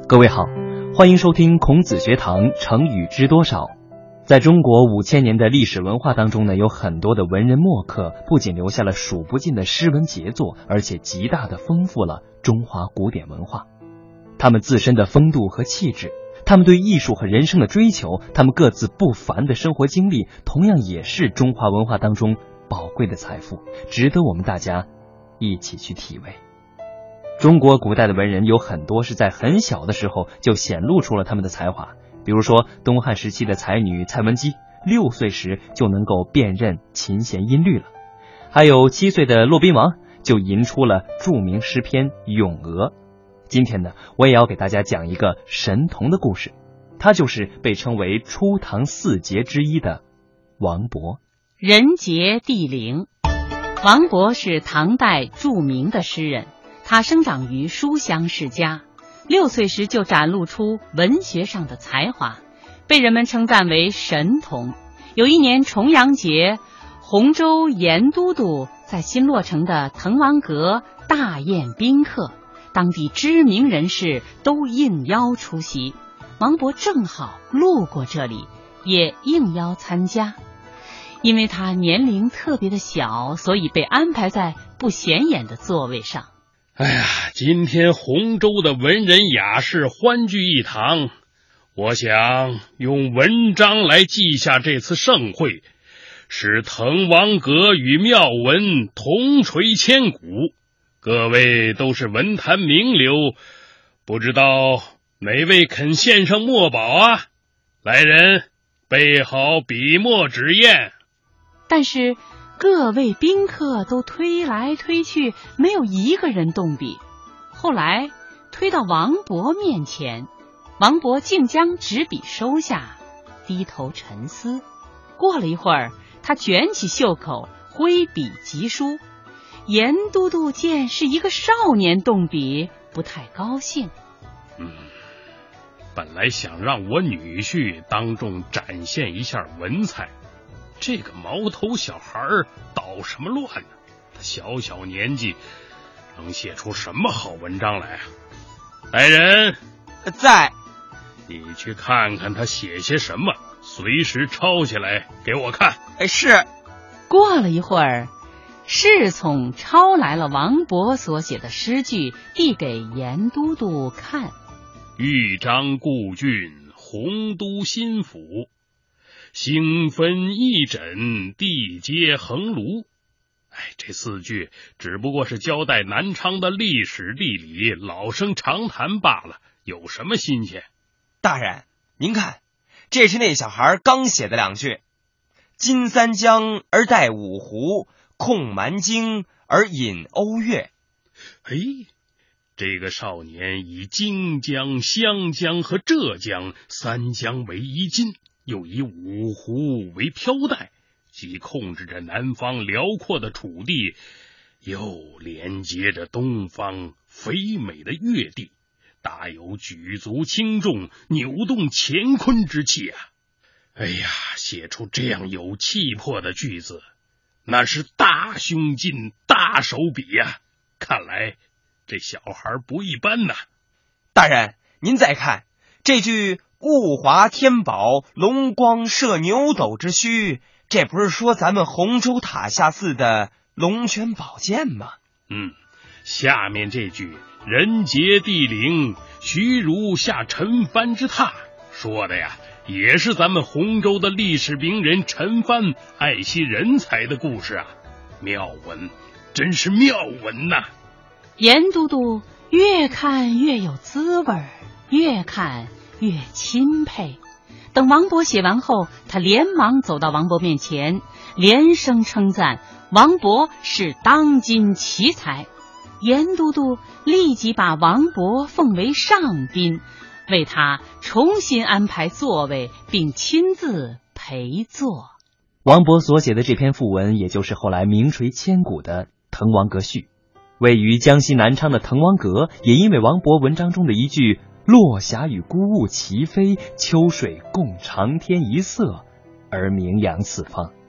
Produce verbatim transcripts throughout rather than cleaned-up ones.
各位好，欢迎收听孔子学堂成语知多少。在中国五千年的历史文化当中呢，有很多的文人墨客，不仅留下了数不尽的诗文杰作，而且极大的丰富了中华古典文化。他们自身的风度和气质，他们对艺术和人生的追求，他们各自不凡的生活经历，同样也是中华文化当中宝贵的财富，值得我们大家一起去体味。中国古代的文人有很多是在很小的时候就显露出了他们的才华，比如说东汉时期的才女蔡文姬，六岁时就能够辨认琴弦音律了。还有七岁的骆宾王就吟出了著名诗篇《咏鹅》。今天呢，我也要给大家讲一个神童的故事，他就是被称为初唐四杰之一的王勃。 人杰地灵。王勃是唐代著名的诗人，他生长于书香世家，六岁时就展露出文学上的才华，被人们称赞为神童。有一年重阳节，洪州严都督在新落成的滕王阁大宴宾客，当地知名人士都应邀出席，王勃正好路过这里，也应邀参加。因为他年龄特别的小，所以被安排在不显眼的座位上。 哎呀，今天洪州的文人雅士欢聚一堂，我想用文章来记下这次盛会，使滕王阁与妙文同垂千古。各位都是文坛名流，不知道哪位肯献上墨宝啊？来人，备好笔墨纸砚。 但是各位宾客都推来推去，没有一个人动笔。后来推到王勃面前，王勃竟将纸笔收下，低头沉思。过了一会儿，他卷起袖口，挥笔疾书。严都督见是一个少年动笔，不太高兴。 嗯，本来想让我女婿当众展现一下文采，这个毛头小孩捣什么乱呢？他小小年纪能写出什么好文章来啊？来人， 在。 你去看看他写些什么，随时抄下来给我看。 哎，是。 过了一会儿，侍从抄来了王勃所写的诗句，递给严都督看。 豫章故郡，洪都新府，星分翼轸，地接衡庐。哎，这四句只不过是交代南昌的历史地理，老生常谈罢了，有什么新鲜？ 大人，您看，这是那小孩刚写的两句：襟三江而带五湖，控蛮荆而引瓯越。 哎，这个少年以荆江、湘江和浙江三江为衣襟，又以五湖为飘带，既控制着南方辽阔的土地，又连接着东方肥美的越地，大有举足轻重、扭动乾坤之气啊！哎呀，写出这样有气魄的句子，那是大胸襟、大手笔呀、啊！看来这小孩不一般呐。 大人，您再看这句物华天宝，龙光射牛斗之虚，这不是说咱们洪州塔下寺的龙泉宝剑吗？ 嗯，下面这句人杰地灵，徐如下陈蕃之榻，说的呀也是咱们洪州的历史名人陈蕃爱惜人才的故事啊。妙文，真是妙文呐、啊！ 严都督越看越有滋味，越看越钦佩。等王勃写完后，他连忙走到王勃面前，连声称赞王勃是当今奇才。严都督立即把王勃奉为上宾，为他重新安排座位，并亲自陪坐。 王勃所写的这篇赋文，也就是后来名垂千古的《滕王阁序》。位于江西南昌的滕王阁，也因为王勃文章中的一句落霞与孤鹜齐飞，秋水共长天一色而名扬四方。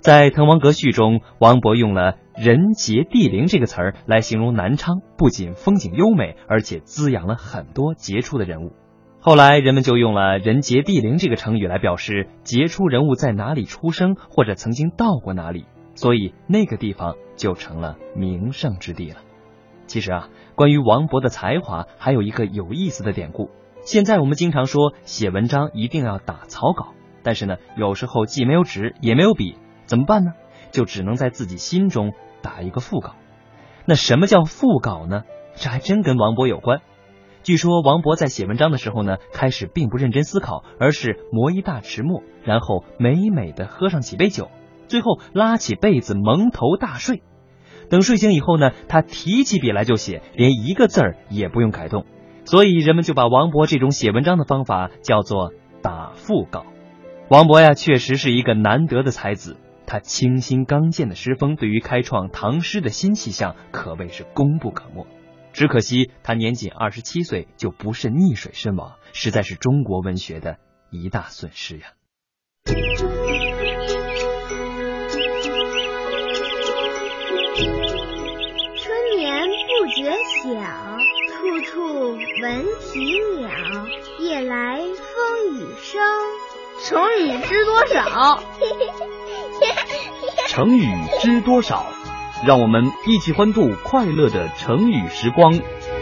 在《滕王阁序》中，王勃用了人杰地灵这个词儿来形容南昌，不仅风景优美，而且滋养了很多杰出的人物。后来人们就用了人杰地灵这个成语来表示杰出人物在哪里出生，或者曾经到过哪里，所以那个地方就成了名胜之地了。其实啊，关于王勃的才华还有一个有意思的典故。现在我们经常说写文章一定要打草稿，但是呢，有时候既没有纸也没有笔，怎么办呢？就只能在自己心中打一个腹稿。那什么叫腹稿呢？这还真跟王勃有关。据说王勃在写文章的时候呢，开始并不认真思考，而是磨一大匙墨，然后美美的喝上几杯酒，最后拉起被子蒙头大睡。等睡醒以后呢，他提起笔来就写，连一个字儿也不用改动。所以人们就把王勃这种写文章的方法叫做打腹稿。王勃呀，确实是一个难得的才子，他清新刚健的诗风对于开创唐诗的新气象可谓是功不可没。只可惜他年仅二十七岁就不慎溺水身亡，实在是中国文学的一大损失呀。 春眠不觉晓，处处闻啼鸟。夜来风雨声， 成语知多少？ 成语知多少？让我们一起欢度快乐的成语时光。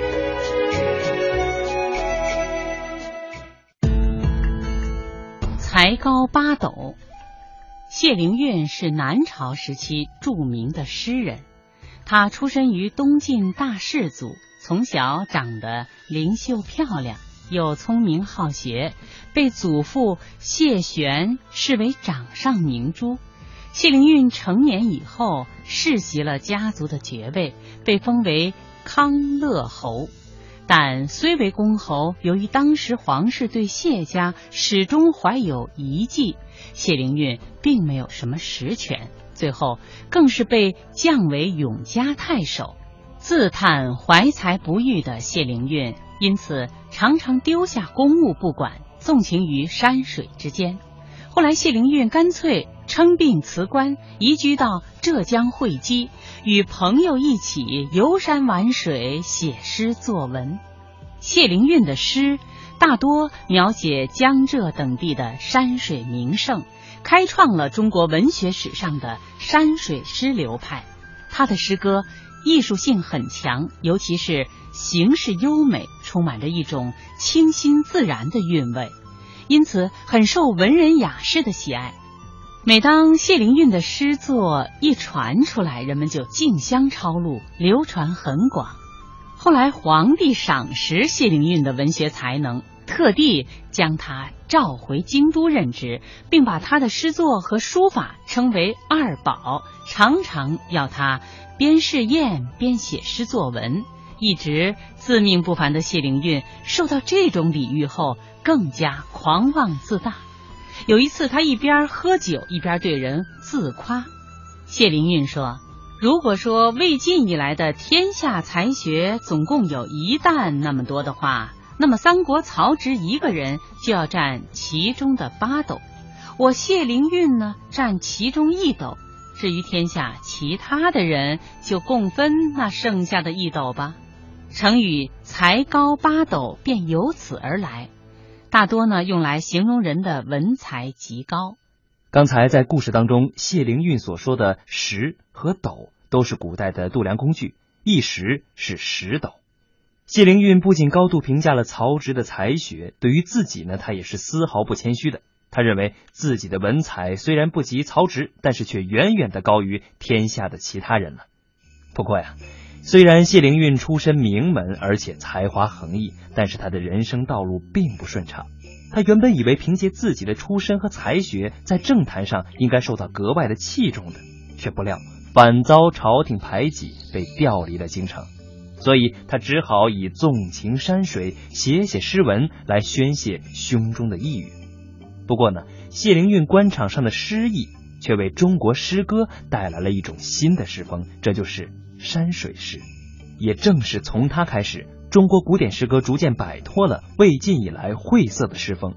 才高八斗。谢灵运是南朝时期著名的诗人，他出身于东晋大士族，从小长得灵秀漂亮，又聪明好学，被祖父谢玄视为掌上明珠。谢灵运成年以后世袭了家族的爵位，被封为康乐侯。但虽为公侯，由于当时皇室对谢家始终怀有疑忌，谢灵运并没有什么实权，最后更是被降为永嘉太守。自叹怀才不遇的谢灵运，因此常常丢下公务不管，纵情于山水之间。后来谢灵运干脆称病辞官，移居到浙江会稽，与朋友一起游山玩水，写诗作文。谢灵运的诗大多描写江浙等地的山水名胜，开创了中国文学史上的山水诗流派。他的诗歌艺术性很强，尤其是形式优美，充满着一种清新自然的韵味，因此很受文人雅士的喜爱。每当谢灵运的诗作一传出来，人们就竞相抄录，流传很广。后来皇帝赏识谢灵运的文学才能，特地将他召回京都任职，并把他的诗作和书法称为二宝，常常要他边试验边写诗作文。一直自命不凡的谢灵运受到这种礼遇后，更加狂妄自大。有一次他一边喝酒一边对人自夸。谢灵运说，如果说魏晋以来的天下才学总共有一担那么多的话，那么三国曹植一个人就要占其中的八斗，我谢灵运呢占其中一斗，至于天下其他的人就共分那剩下的一斗吧。成语才高八斗便由此而来，大多呢用来形容人的文才极高。 刚才在故事当中，谢灵运所说的石和斗都是古代的度量工具，一石是十斗。谢灵运不仅高度评价了曹植的才学，对于自己呢，他也是丝毫不谦虚的。他认为自己的文采虽然不及曹植，但是却远远的高于天下的其他人了。不过呀，虽然谢灵运出身名门，而且才华横溢，但是他的人生道路并不顺畅。他原本以为凭借自己的出身和才学，在政坛上应该受到格外的器重的，却不料反遭朝廷排挤，被调离了京城。所以他只好以纵情山水，写写诗文来宣泄胸中的抑郁。不过呢，谢灵运官场上的诗意却为中国诗歌带来了一种新的诗风，这就是山水诗。也正是从他开始，中国古典诗歌逐渐摆脱了魏晋以来晦涩的诗风。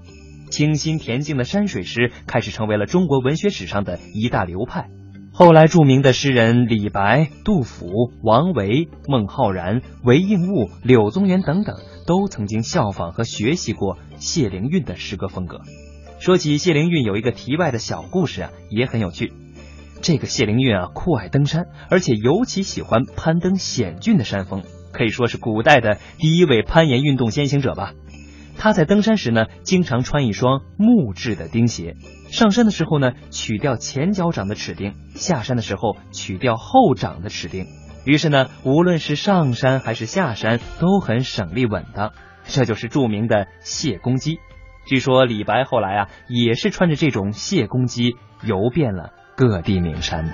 清新恬静的山水诗开始成为了中国文学史上的一大流派。后来著名的诗人李白、杜甫、王维、孟浩然、韦应物、柳宗元等等都曾经效仿和学习过谢灵运的诗歌风格。说起谢灵运，有一个题外的小故事啊，也很有趣。这个谢灵运啊，酷爱登山，而且尤其喜欢攀登险峻的山峰，可以说是古代的第一位攀岩运动先行者吧。他在登山时呢，经常穿一双木质的钉鞋，上山的时候呢，取掉前脚掌的齿钉，下山的时候取掉后掌的齿钉。于是呢，无论是上山还是下山都很省力稳当，这就是著名的谢公屐。据说李白后来啊，也是穿着这种谢公屐游遍了各地名山的。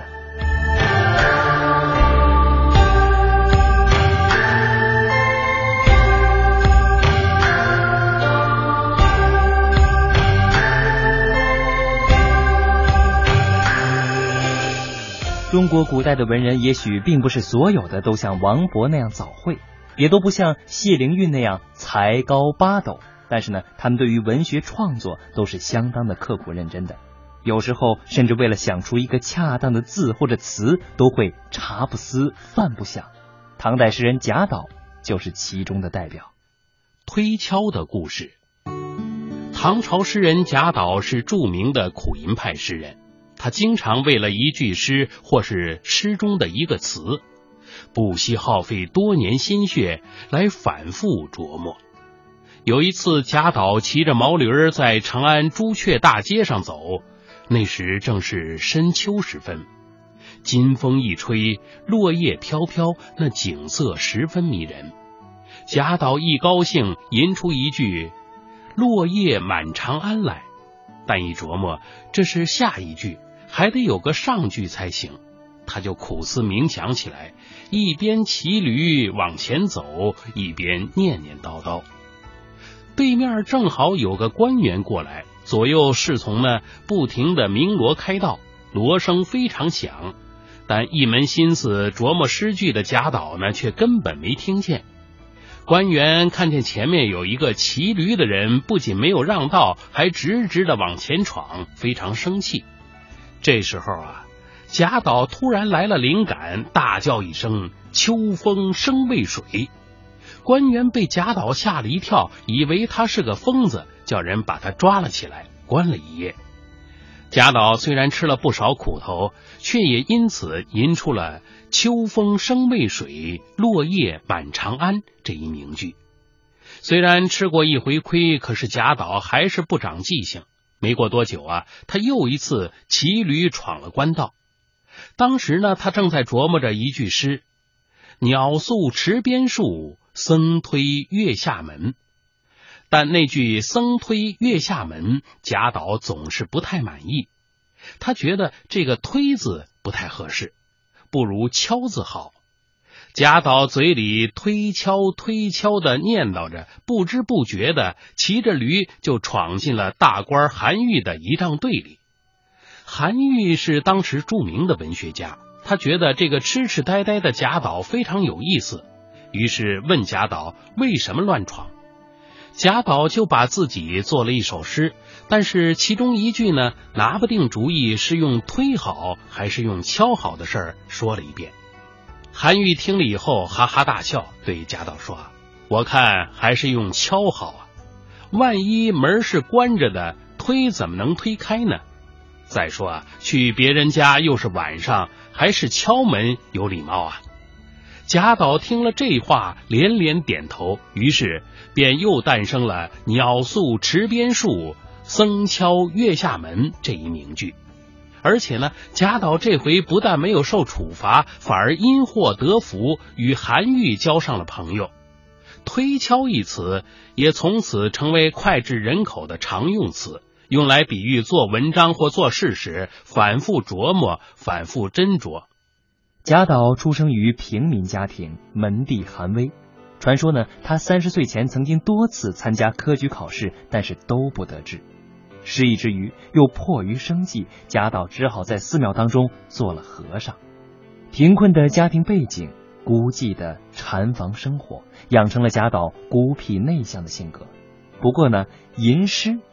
中国古代的文人也许并不是所有的都像王勃那样早慧，也都不像谢灵运那样才高八斗，但是呢，他们对于文学创作都是相当的刻苦认真的，有时候甚至为了想出一个恰当的字或者词，都会茶不思饭不想。唐代诗人贾岛就是其中的代表。 推敲的故事。唐朝诗人贾岛是著名的苦吟派诗人，他经常为了一句诗或是诗中的一个词，不惜耗费多年心血来反复琢磨。有一次，贾岛骑着毛驴在长安朱雀大街上走，那时正是深秋时分，金风一吹，落叶飘飘，那景色十分迷人。贾岛一高兴，吟出一句落叶满长安来，但一琢磨，这是下一句，还得有个上句才行，他就苦思冥想起来，一边骑驴往前走，一边念念叨叨。对面正好有个官员过来，左右侍从呢不停地鸣锣开道，锣声非常响，但一门心思琢磨诗句的贾岛呢却根本没听见。官员看见前面有一个骑驴的人，不仅没有让道，还直直地往前闯，非常生气。这时候啊，贾岛突然来了灵感，大叫一声秋风生渭水。官员被贾岛吓了一跳，以为他是个疯子，叫人把他抓了起来，关了一夜。贾岛虽然吃了不少苦头，却也因此吟出了秋风生渭水，落叶满长安这一名句。虽然吃过一回亏，可是贾岛还是不长记性。没过多久啊，他又一次骑驴闯了官道。当时呢，他正在琢磨着一句诗：鸟宿池边树，僧推月下门。但那句僧推月下门，贾岛总是不太满意。他觉得这个推字不太合适，不如敲字好。贾岛嘴里推敲推敲的念叨着，不知不觉的骑着驴就闯进了大官韩愈的仪仗队里。韩愈是当时著名的文学家，他觉得这个痴痴呆呆的贾岛非常有意思，于是问贾岛为什么乱闯。贾岛就把自己做了一首诗，但是其中一句呢，拿不定主意是用推好还是用敲好的事儿说了一遍。韩愈听了以后哈哈大笑，对贾岛说：我看还是用敲好啊，万一门是关着的，推怎么能推开呢？再说啊，去别人家又是晚上，还是敲门有礼貌啊。贾岛听了这话，连连点头，于是便又诞生了鸟宿池边树，僧敲月下门这一名句。而且呢，贾岛这回不但没有受处罚，反而因祸得福，与韩愈交上了朋友。推敲一词也从此成为脍炙人口的常用词，用来比喻做文章或做事时反复琢磨，反复斟酌。 贾岛出生于平民家庭，门第寒微。传说呢，他三十岁前曾经多次参加科举考试，但是都不得志。失意之余，又迫于生计，贾岛只好在寺庙当中做了和尚。贫困的家庭背景，孤寂的禅房生活，养成了贾岛孤僻内向的性格。不过呢，吟诗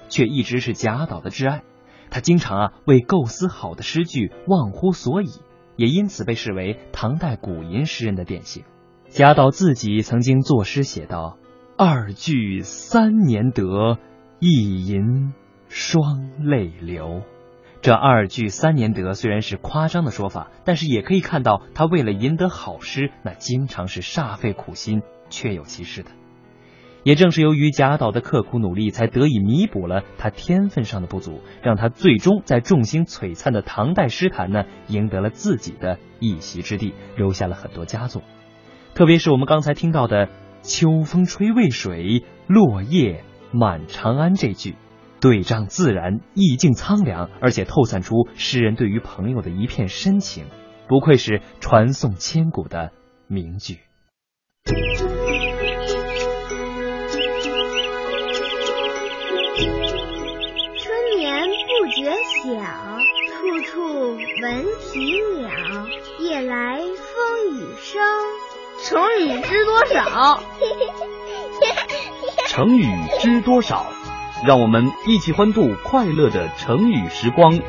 却一直是贾岛的挚爱。他经常啊为构思好的诗句忘乎所以，也因此被视为唐代古吟诗人的典型。贾岛自己曾经作诗写道：二句三年得，一吟双泪流。这二句三年得虽然是夸张的说法，但是也可以看到他为了吟得好诗，那经常是煞费苦心，确有其事的。也正是由于贾岛的刻苦努力，才得以弥补了他天分上的不足，让他最终在众星璀璨的唐代诗坛呢，赢得了自己的一席之地，留下了很多佳作。特别是我们刚才听到的秋风吹渭水，落叶满长安这句，对仗自然，意境苍凉，而且透散出诗人对于朋友的一片深情，不愧是传颂千古的名句。 春眠不觉晓，处处闻啼鸟，夜来风雨声。 成语知多少？ 成语知多少？让我们一起欢度快乐的成语时光。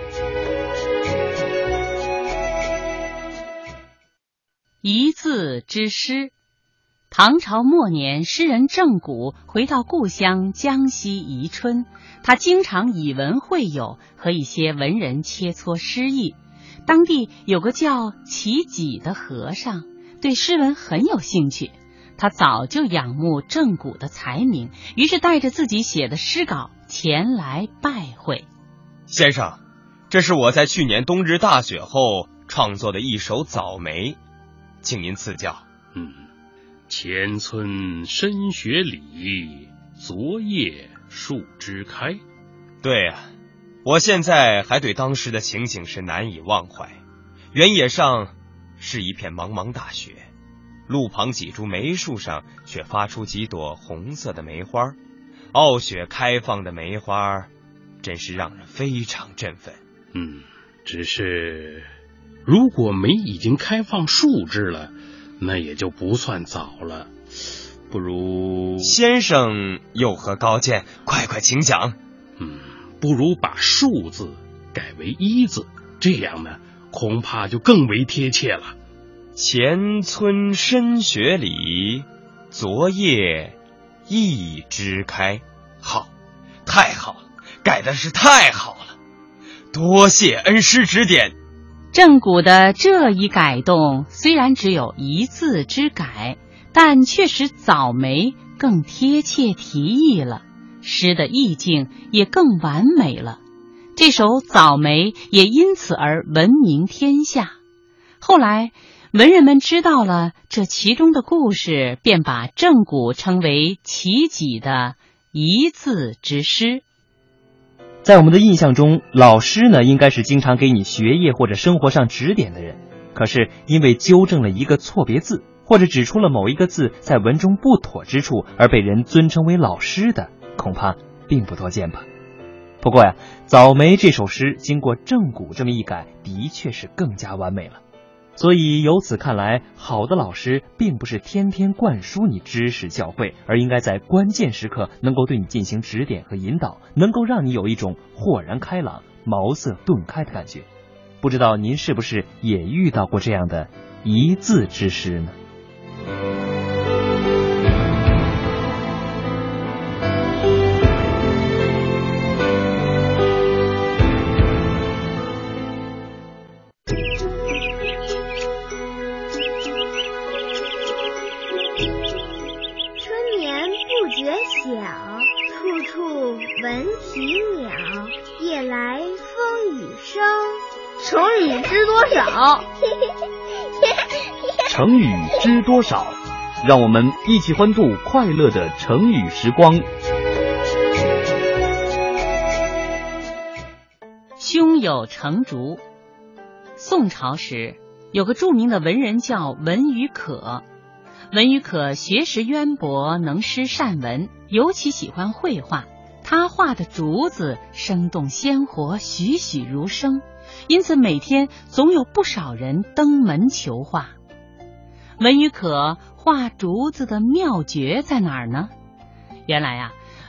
一字之诗。唐朝末年，诗人郑谷回到故乡江西宜春，他经常以文会友，和一些文人切磋诗意。当地有个叫齐己的和尚，对诗文很有兴趣，他早就仰慕郑谷的才名，于是带着自己写的诗稿前来拜会。 先生，这是我在去年冬日大雪后创作的一首早梅，请您赐教。 嗯，前村深雪里，昨夜树枝开。 对啊，我现在还对当时的情景是难以忘怀。原野上是一片茫茫大雪，路旁几株梅树上却发出几朵红色的梅花，傲雪开放的梅花真是让人非常振奋。 嗯，只是如果梅已经开放树枝了，那也就不算早了，不如先生有何高见？快快请讲。 嗯，不如把树字改为一字，这样呢恐怕就更为贴切了。 前村深雪里，昨夜一枝开。好，太好了，改的是太好了，多谢恩师指点。 郑谷的这一改动虽然只有一字之改，但却使早梅更贴切题意了，诗的意境也更完美了。这首早梅也因此而闻名天下。后来文人们知道了这其中的故事，便把郑谷称为齐己的一字之诗。 在我们的印象中，老师呢应该是经常给你学业或者生活上指点的人，可是因为纠正了一个错别字，或者指出了某一个字在文中不妥之处，而被人尊称为老师的，恐怕并不多见吧。不过呀，早梅这首诗经过郑谷这么一改，的确是更加完美了。所以由此看来，好的老师并不是天天灌输你知识教诲，而应该在关键时刻能够对你进行指点和引导，能够让你有一种豁然开朗、茅塞顿开的感觉。不知道您是不是也遇到过这样的一字之诗呢？ 处处闻啼鸟，夜来风雨声。 成语知多少？ 成语知多少？让我们一起欢度快乐的成语时光。 胸有成竹。宋朝时，有个著名的文人叫文与可。文与可学识渊博，能诗善文，尤其喜欢绘画。他画的竹子生动鲜活，栩栩如生，因此每天总有不少人登门求画。文与可画竹子的妙诀在哪儿呢？原来啊，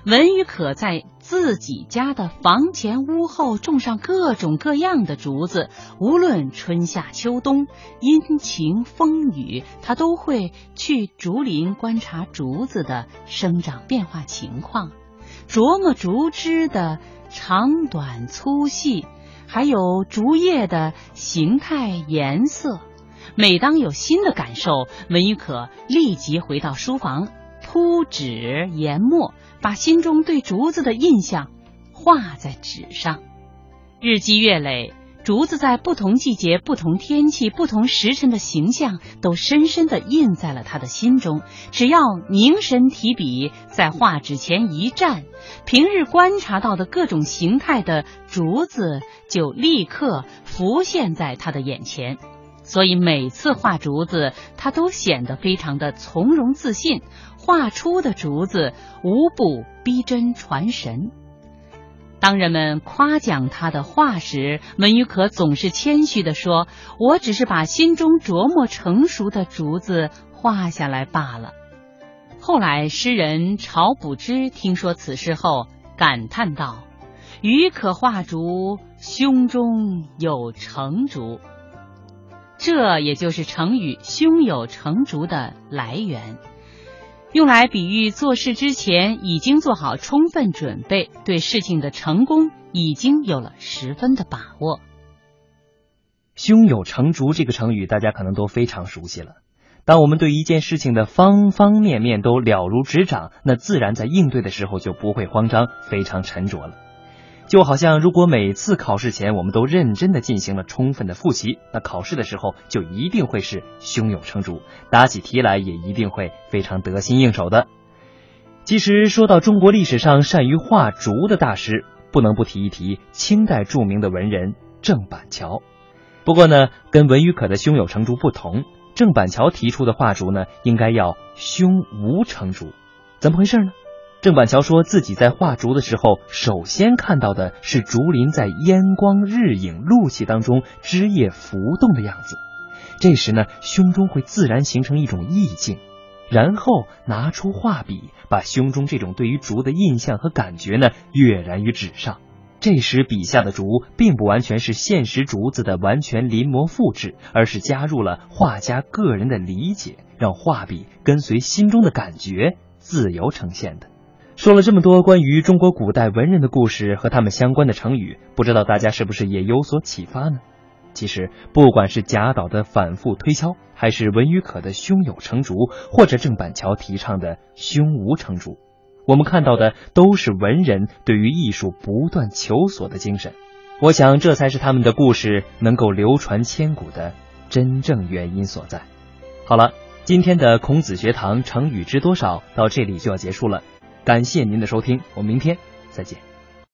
文与可在自己家的房前屋后种上各种各样的竹子，无论春夏秋冬，阴晴风雨，他都会去竹林观察竹子的生长变化情况，琢磨竹枝的长短粗细，还有竹叶的形态颜色。每当有新的感受，文与可立即回到书房，铺纸研墨，把心中对竹子的印象画在纸上。日积月累，竹子在不同季节、不同天气、不同时辰的形象都深深地印在了他的心中。只要凝神提笔，在画纸前一站，平日观察到的各种形态的竹子就立刻浮现在他的眼前。所以每次画竹子，他都显得非常的从容自信，画出的竹子无不逼真传神。当人们夸奖他的画时，文与可总是谦虚地说：“我只是把心中琢磨成熟的竹子画下来罢了。”后来诗人晁补之听说此事后，感叹道：“予可画竹，胸中有成竹。”这也就是成语胸有成竹的来源，用来比喻做事之前已经做好充分准备，对事情的成功已经有了十分的把握。 胸有成竹这个成语大家可能都非常熟悉了。当我们对一件事情的方方面面都了如指掌，那自然在应对的时候就不会慌张，非常沉着了。就好像如果每次考试前我们都认真的进行了充分的复习，那考试的时候就一定会是胸有成竹，答起题来也一定会非常得心应手的。其实说到中国历史上善于画竹的大师，不能不提一提清代著名的文人郑板桥。不过呢，跟文与可的胸有成竹不同，郑板桥提出的画竹呢，应该要胸无成竹。怎么回事呢？郑板桥说自己在画竹的时候，首先看到的是竹林在烟光日影露气当中枝叶浮动的样子，这时呢，胸中会自然形成一种意境，然后拿出画笔，把胸中这种对于竹的印象和感觉呢跃然于纸上。这时笔下的竹并不完全是现实竹子的完全临摹复制，而是加入了画家个人的理解，让画笔跟随心中的感觉自由呈现的。说了这么多关于中国古代文人的故事和他们相关的成语，不知道大家是不是也有所启发呢？其实不管是贾岛的反复推敲，还是文与可的胸有成竹，或者郑板桥提倡的胸无成竹，我们看到的都是文人对于艺术不断求索的精神。我想这才是他们的故事能够流传千古的真正原因所在。好了，今天的孔子学堂成语知多少到这里就要结束了，感谢您的收听，我们明天再见。